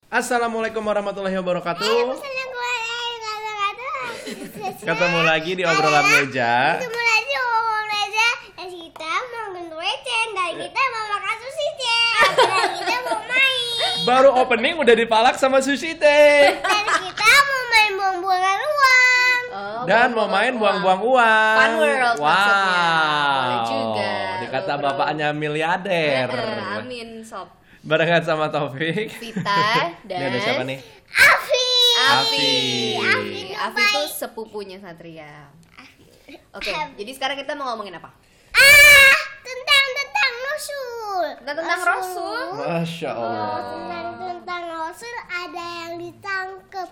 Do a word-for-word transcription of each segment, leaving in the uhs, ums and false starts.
Assalamualaikum warahmatullahi wabarakatuh. Ketemu lagi di obrolan meja. Ketemu lagi di obrolan meja. Dan kita mau nge-recen. Dan kita mau makan sushi teh. Dan kita mau main. Baru opening udah dipalak sama sushi teh. Dan kita mau main buang-buangan uang. Oh, Dan mau main buang-buang uang. Fun world wow. maksudnya. Boleh juga. Dikata Ngobrol. bapaknya miliarder. Eh, amin sob. Barengan sama Taufik. Vita dan Ini ada siapa nih? Afi. Afi. Afi. Afi tuh sepupunya Satria. Oke, jadi sekarang kita mau ngomongin apa? Ah, tentang tentang Rasul. Tentang tentang Rasul. Masya Oh, Allah. tentang tentang Rasul ada yang ditangkap.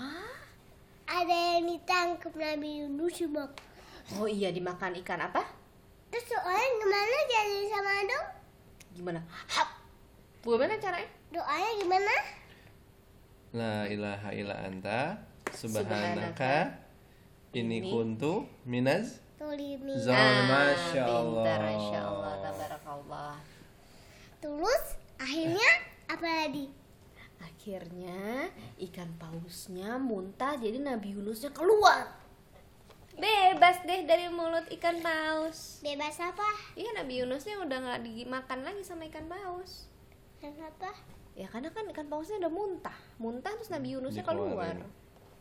Ada yang ditangkap Nabi Yunus Bang. Oh iya, dimakan ikan apa? Terus soalnya gimana jadi sama dong? Gimana? Hap. Gimana caranya? Doanya gimana? La ilaha illa anta Subhanaka. subhanaka ini Ini. kuntu minaz Tolimi. Zon. Masya pintar, Allah. Masya Allah, tabarakallah. Terus akhirnya apa lagi? Akhirnya ikan pausnya muntah, jadi Nabi Yunusnya keluar. Bebas deh dari mulut ikan paus. Bebas apa? Iya, Nabi Yunusnya udah nggak dimakan lagi sama ikan paus. Kenapa? Ya karena kan ikan pausnya udah muntah, muntah terus Nabi Yunusnya keluar. Dikeluarin.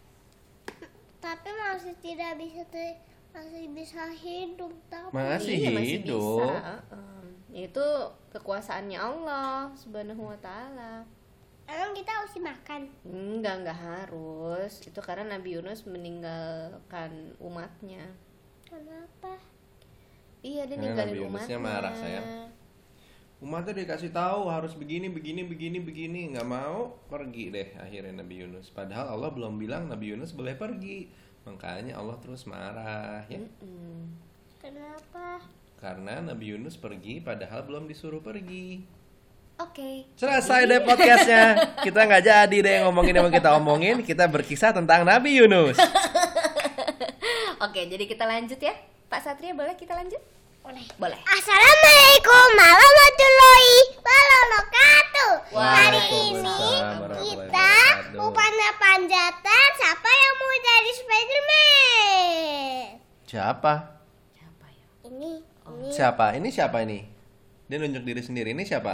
Tapi masih tidak bisa te- masih bisa hidup tapi Masih Iya, masih hidup. bisa. Heeh. Itu kekuasaannya Allah Subhanahu wa taala. emang kita harus makan. Enggak, enggak harus. Itu karena Nabi Yunus meninggalkan umatnya. Kenapa? Iya, dia Karena ninggalin Nabi Yunusnya umatnya. marah, sayang. Umatnya dikasih tahu harus begini begini begini begini, nggak mau, pergi deh akhirnya Nabi Yunus. Padahal Allah belum bilang Nabi Yunus boleh pergi, makanya Allah terus marah ya. Mm-mm. Kenapa? Karena Nabi Yunus pergi padahal belum disuruh pergi. Oke. Selesai deh podcastnya. Kita nggak jadi deh ngomongin yang mau kita omongin. Kita berkisah tentang Nabi Yunus. Oke, jadi kita lanjut ya. Pak Satria, boleh kita lanjut? Boleh. Boleh. Assalamualaikum warahmatullahi wabarakatuh. Hari ini Waalaikumsalam warahmatullahi kita wabarakatuh. mau panjat-panjatan. Siapa yang mau jadi Spiderman? Siapa? Siapa ya? Ini, ini Siapa? Ini siapa ini? Dia nunjuk diri sendiri. Ini siapa?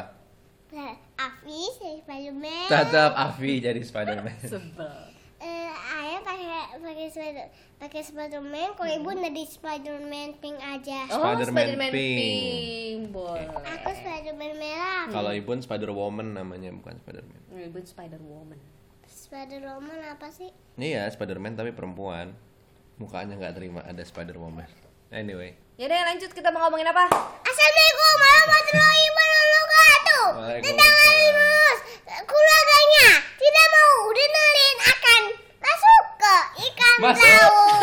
Afi jadi Spiderman. Tetap Afi jadi Spider-Man. Sebel. Eh, ayah pakai pakai spider pakai Spiderman. Kalau ibu jadi Spiderman pink aja. Oh, Spider-Man Spider-Man pink. pink. Boleh. Aku Spiderman merah. Kalau Ibun Spider-Woman namanya, bukan Spider-Man. Ribut Spider-Woman. Spider-Woman apa sih? Iya, Spider-Man tapi perempuan. Mukanya nggak terima ada Spider-Woman. Anyway. Ya deh, lanjut, kita mau ngomongin apa? Assalamualaikum warahmatullahi wabarakatuh. Tentang Waalaikumsalam. virus keluarganya tidak mau dengerin akan masuk ke ikan Masuk. laut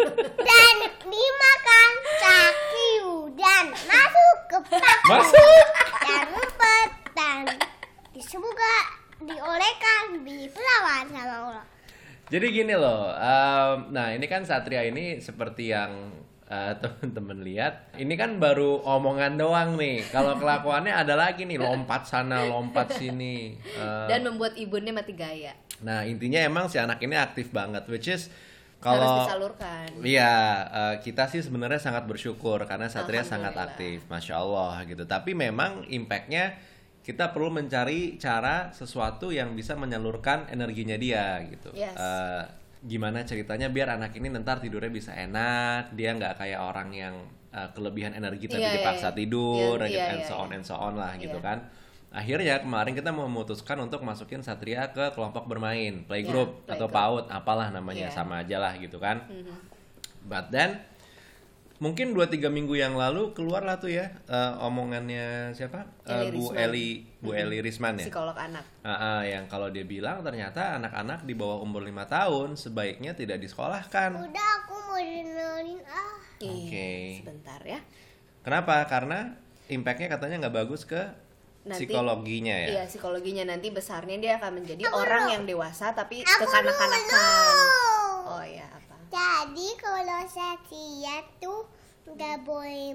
dan dimakan cakiu dan masuk ke paku Masuk. dan rumput dan disemoga diolehkan di pelawan sama Allah. Jadi gini loh, em, nah ini kan Satria ini seperti yang eh, temen-temen lihat, ini kan baru omongan doang nih. Kalau kelakuannya ada lagi nih, lompat sana, lompat sini. Eh, Dan membuat ibunnya mati gaya. nah intinya emang si anak ini aktif banget, which is Harus kalau disalurkan. Iya, eh, kita sih sebenarnya sangat bersyukur karena Satria sangat Alhamdulillah. aktif, masya Allah gitu. Tapi memang impactnya kita perlu mencari cara sesuatu yang bisa menyalurkan energinya dia gitu. Yes. Eh, gimana ceritanya biar anak ini ntar tidurnya bisa enak, dia nggak kayak orang yang eh, kelebihan energi tapi Iya, iya, dipaksa iya. tidur, Iya, gitu, iya, and iya, so on iya. and so on lah gitu Iya. kan. Akhirnya kemarin kita memutuskan untuk masukin Satria ke kelompok bermain, playgroup Ya, atau playgroup. PAUD, apalah namanya, Iya. sama aja lah gitu kan. Mhm. But then mungkin dua tiga minggu yang lalu keluarlah tuh ya eh, omongannya siapa? Eh, Eli Bu Risman. Eli Bu Eli Risman ya. Psikolog anak. Ah, ah, yang kalau dia bilang ternyata anak-anak di bawah umur lima tahun sebaiknya tidak disekolahkan. Udah aku mau dengerin ah. Ih, Oke. Sebentar ya. Kenapa? Karena impactnya katanya nggak bagus ke Nanti- psikologinya ya. Iya, psikologinya nanti besarnya dia akan menjadi Aku orang dulu. yang dewasa tapi Aku kekanak-kanakan. dulu. Oh ya, apa? Jadi kalau Satria tuh nggak boleh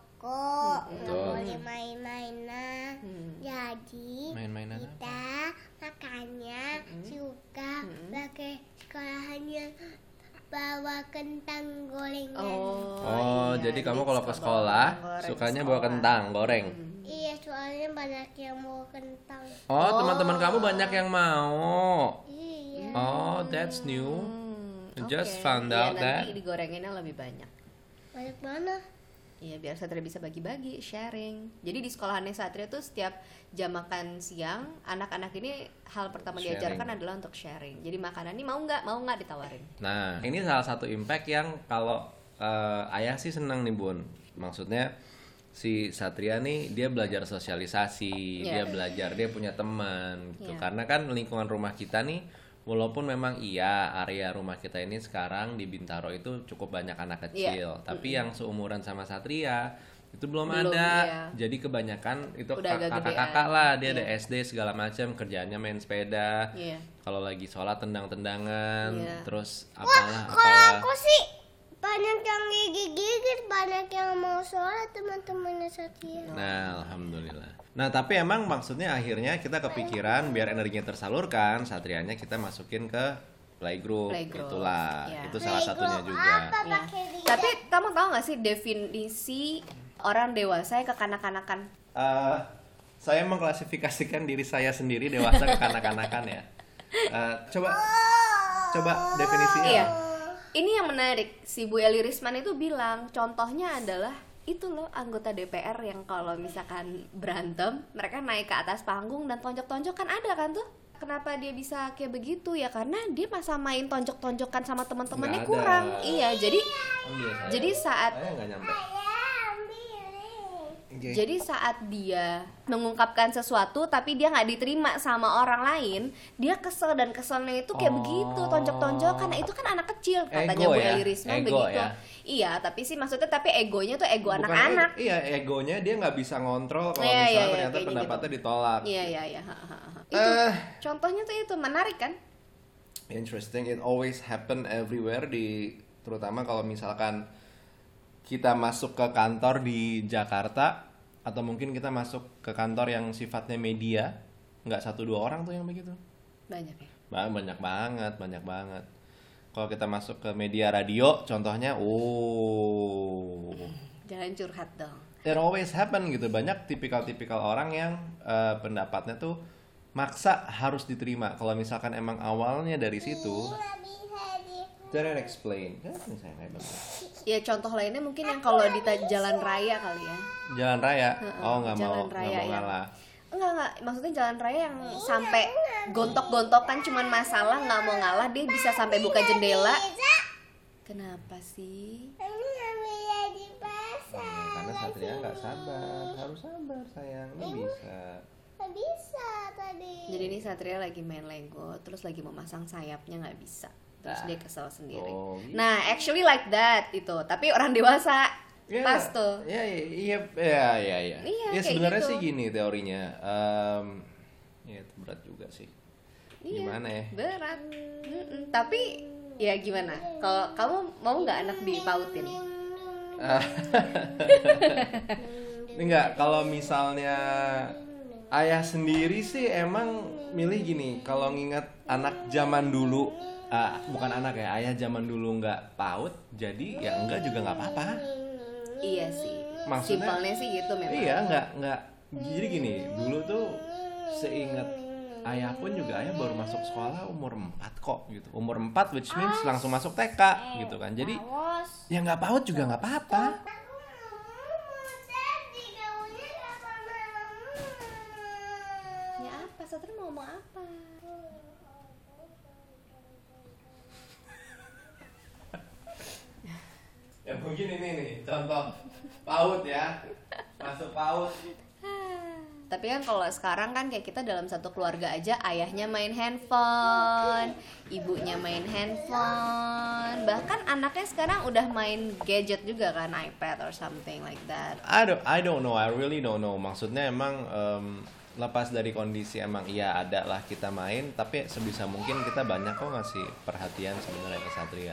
merokok, nggak Betul. boleh main-mainan. Hmm. Jadi Main-mainan apa? kita Makanya suka pakai sekolahannya bawa kentang goreng. Oh, Oh, iya, jadi kamu dia kalau suka ke bawa sekolah kentang goreng ke sukanya bawa sekolah. kentang goreng. Iya, soalnya banyak yang mau kentang. Oh, teman-teman kamu banyak yang mau. Iya. Oh, that's new. Hmm, Just oke. found Iya, out nanti that. digorenginnya lebih banyak. Banyak mana? Iya, biar Satria bisa bagi-bagi, sharing. Jadi di sekolahannya Satria tuh setiap jam makan siang, anak-anak ini hal pertama Sharing. diajarkan adalah untuk sharing. Jadi makanan ini mau nggak, mau nggak ditawarin. Nah, ini salah satu impact yang kalau eh, ayah sih senang nih Bun. Maksudnya si Satria nih dia belajar sosialisasi, Iya. dia belajar, dia punya teman gitu. Iya. Karena kan lingkungan rumah kita nih walaupun memang iya area rumah kita ini sekarang di Bintaro itu cukup banyak anak kecil, tapi yang seumuran sama Satria itu belum, Belum, ada. iya. Jadi kebanyakan itu Udah agak kakak-kakak gedean. lah, dia Iya. ada S D segala macam, kerjaannya main sepeda. Iya. Kalau lagi sholat tendang-tendangan, Iya. terus apalah Kalau apalah. aku sih banyak yang gigit-gigit, banyak yang mau sholat teman-temannya Satria. Nah, alhamdulillah. Nah, tapi emang maksudnya akhirnya kita kepikiran biar energinya tersalurkan, Satrianya kita masukin ke playgroup, Playgroup, itulah. iya. Itu salah satunya Playgroup juga. apa Iya. pakai dia? Tapi kamu tahu nggak sih definisi orang dewasa yang kekanak-kanakan? Eh, saya mengklasifikasikan diri saya sendiri dewasa ke kanak-kanakan ya. Eh, coba coba definisinya. Iya. apa? Ini yang menarik, si Bu Eli Risman itu bilang contohnya adalah itu loh anggota D P R yang kalau misalkan berantem mereka naik ke atas panggung dan tonjok-tonjok, kan ada kan tuh. Kenapa dia bisa kayak begitu ya? Karena dia masa main tonjok-tonjokan sama teman-temannya Nggak ada. kurang. Iya, jadi Ambil saya. jadi saat Saya nggak nyampe. Oke. Jadi saat dia mengungkapkan sesuatu tapi dia nggak diterima sama orang lain, dia kesel, dan keselnya itu kayak Oh. begitu, tonjok-tonjokan. Nah itu kan anak kecil katanya Ego Bu ya? Eli Risman Ego begitu. ya? Iya, tapi sih maksudnya tapi egonya tuh ego Bukan anak-anak. ego- iya, egonya dia nggak bisa ngontrol kalau Iya, misalnya iya, iya, ternyata kayaknya pendapatnya gitu. ditolak. Iya iya iya. ha, ha, ha. Itu Eh. contohnya tuh itu menarik kan? Interesting, it always happen everywhere, di terutama kalau misalkan kita masuk ke kantor di Jakarta atau mungkin kita masuk ke kantor yang sifatnya media, nggak satu dua orang tuh yang begitu. Banyak ya. Ba- banyak banget, banyak banget. Kalau kita masuk ke media radio, contohnya, oh, Jangan curhat dong. it always happen gitu. Banyak tipikal-tipikal orang yang eh, pendapatnya tuh maksa harus diterima. Kalau misalkan emang awalnya dari situ, Nggak bisa di jangan explain. Kan saya kayak begitu. Ya contoh lainnya mungkin yang kalau di ta- jalan raya kali ya. Jalan raya, Heeh, oh nggak mau, jalan nggak raya mau yang- ngalah. Enggak enggak, maksudnya jalan raya yang sampai gontok-gontokan cuman masalah, nggak mau ngalah, dia bisa sampai buka jendela. bisa. Kenapa sih? Ini nggak bisa dipasang. Nah, karena Satria nggak sabar, harus sabar sayang, ini bisa. Nggak bisa tadi. Jadi ini Satria lagi main Lego, terus lagi mau masang sayapnya nggak bisa, terus Ah. dia kesel sendiri. Oh, gitu. Nah, actually like that itu, tapi orang dewasa Ya, pas tuh. Iya, iya, iya, iya, iya. Iya, Ya kayak sebenarnya gitu. sih gini teorinya. Em, ya itu berat juga sih. Iya, Gimana ya? berat. Mm-mm. Tapi ya gimana? Kalau kamu mau nggak anak dipautin? Ah. Enggak, kalau misalnya ayah sendiri sih emang milih gini. Kalau nginget anak zaman dulu, ah, bukan anak ya, ayah zaman dulu nggak paut, jadi ya enggak juga nggak apa-apa. Iya sih. Maksudnya- Simpelnya sih gitu memang. Iya, nggak nggak. Jadi gini, dulu tuh seingat ayah pun juga ayah baru masuk sekolah umur empat kok gitu. Umur empat which means langsung masuk T K gitu kan. Jadi Awas. ya nggak paut juga nggak apa-apa. Ya apa? Satria mau ngomong apa? Ya mungkin ini nih contoh paut ya, masuk paut. Tapi kan kalau sekarang kan kayak kita dalam satu keluarga aja, ayahnya main handphone, ibunya main handphone, bahkan anaknya sekarang udah main gadget juga kan, iPad or something like that. I don't I don't know, I really don't know. Maksudnya emang em, lepas dari kondisi emang iya ada lah kita main, tapi sebisa mungkin kita banyak kok ngasih perhatian sebenarnya ke Satria.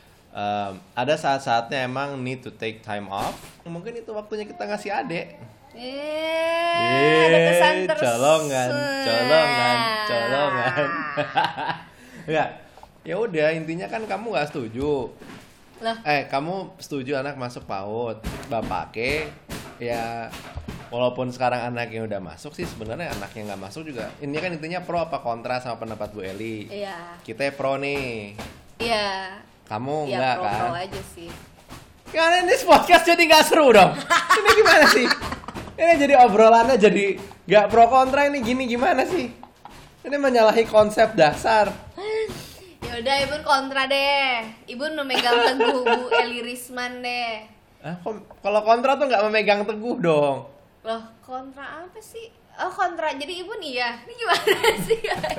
Em, ada saat-saatnya emang need to take time off. Mungkin itu waktunya kita ngasih adek. Eh, ada kesan Eh, terus. colongan, colongan, colongan. Enggak. Ya udah, intinya kan kamu nggak setuju. Loh, Eh, kamu setuju anak masuk PAUD. Bapak ke ya walaupun sekarang anaknya udah masuk sih, sebenarnya anaknya nggak masuk juga. Ini kan intinya pro apa kontra sama pendapat Bu Eli. iya. Kita pro nih. Iya. Kamu Ya enggak kan? pro-pro aja sih. Karena ini podcast jadi nggak seru dong. Ini gimana sih? Ini jadi obrolannya jadi nggak pro kontra, ini gini gimana sih? Ini menyalahi konsep dasar. Ya udah, Ibu kontra deh. Ibu memegang teguh Bu Eli Risman deh. Ah, kok- kalau kontra tuh nggak memegang teguh dong. Loh, kontra apa sih? Oh, kontra. Jadi Ibu iya. Ini gimana sih?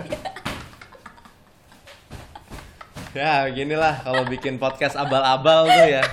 Ya beginilah kalau bikin podcast abal-abal tuh ya.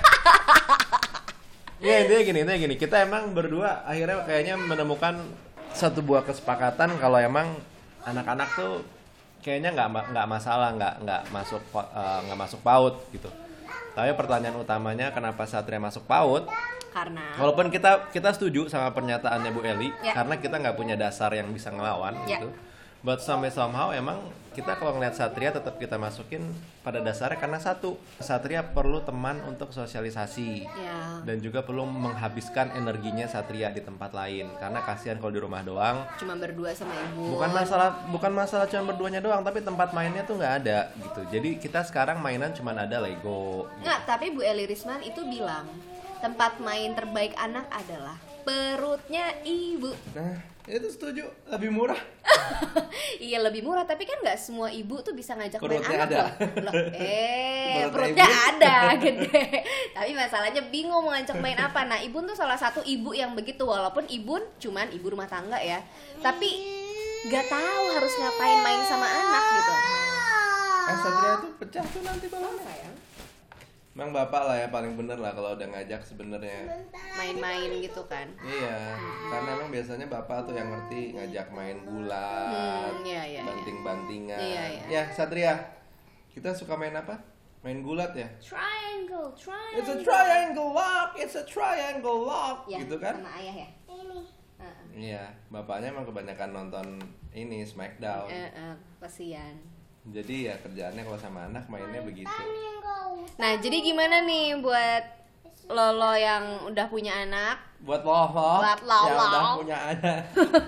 Ya intinya gini, intinya gini. Kita emang berdua akhirnya kayaknya menemukan satu buah kesepakatan kalau emang anak-anak tuh kayaknya nggak ma- nggak masalah nggak nggak masuk po- eh, nggak masuk PAUD gitu. Tapi pertanyaan utamanya kenapa Satria masuk PAUD? Karena Walaupun kita kita setuju sama pernyataannya Bu Eli, Ya. karena kita nggak punya dasar yang bisa ngelawan Ya. gitu. But sampai somehow emang kita kalau ngeliat Satria tetap kita masukin pada dasarnya karena satu, Satria perlu teman untuk sosialisasi. ya Dan juga perlu menghabiskan energinya Satria di tempat lain karena kasihan kalau di rumah doang. cuma berdua sama Ibu. Bukan masalah bukan masalah cuma berduanya doang, tapi tempat mainnya tuh nggak ada gitu. Jadi kita sekarang mainan cuma ada Lego. Gitu. Nggak, tapi Bu Eli Risman itu bilang tempat main terbaik anak adalah perutnya ibu. Nah, itu setuju, lebih murah. Iya, lebih murah, tapi kan nggak semua ibu tuh bisa ngajak main Perutnya anak ada. loh. Loh, eh, Perutnya perutnya ibu. ada gede. Tapi masalahnya bingung mau ngajak main apa. Nah, Ibun tuh salah satu ibu yang begitu, walaupun Ibun cuman ibu rumah tangga ya. Tapi nggak tahu harus ngapain main sama anak gitu. Eh, Satria tuh pecah tuh nanti balonnya. Sayang. Emang bapak lah ya paling bener lah kalau udah ngajak sebenarnya. Main-main gitu kan. Iya, karena emang biasanya bapak tuh yang ngerti ngajak main gulat, Hmm, iya, iya, iya. banting-bantingan. Iya, iya. Ya, Satria, kita suka main apa? Main gulat ya? Triangle, triangle. It's a triangle lock, it's a triangle lock, Ya, gitu kan? sama ayah ya. Ini. Heeh. Iya, bapaknya emang kebanyakan nonton ini Smackdown. Eh, eh, kasihan. Jadi ya kerjaannya kalau sama anak mainnya begitu. Nah, jadi gimana nih buat Lolo yang udah punya anak? Buat lo, lo Buat lo, yang lo. udah punya anak.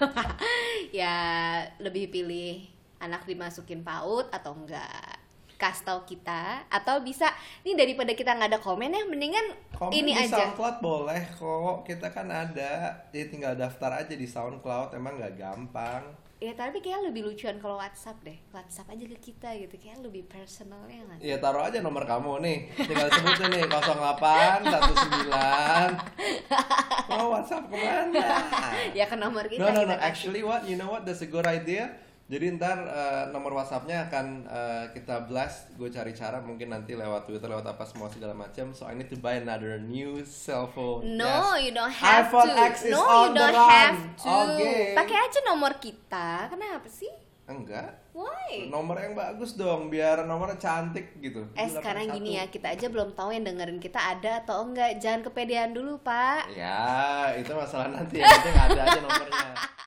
Ya, lebih pilih anak dimasukin PAUD atau enggak? Kasih tahu kita, atau bisa nih daripada kita nggak ada komen ya, mendingan Komen ini di aja. SoundCloud boleh kok, kita kan ada. Jadi tinggal daftar aja di SoundCloud, emang nggak gampang. Ya, tapi kayak lebih lucuan kalau WhatsApp deh. WhatsApp aja ke kita gitu, kayak lebih personalnya nggak sih? Ya taruh aja nomor kamu nih, tinggal sebutin nih nol delapan satu sembilan. Oh WhatsApp kemana? Ya ke nomor kita. No no no, kita kasih. actually what, you know what, that's a good idea. Jadi ntar eh, nomor WhatsAppnya akan eh, kita blast. Gue cari cara mungkin nanti lewat Twitter, lewat apa semua segala macam. So I need to buy another new cell phone. No, Yes. you don't have iPhone to. X is no, on you the don't run. have to. Okay. Pakai aja nomor kita. Kenapa sih? Enggak. Why? Nomor yang bagus dong, biar nomornya cantik gitu. Eh, sekarang gini ya, kita aja belum tahu yang dengerin kita ada atau enggak. Jangan kepedean dulu, Pak. Ya, itu masalah nanti. Yang penting ada aja nomornya.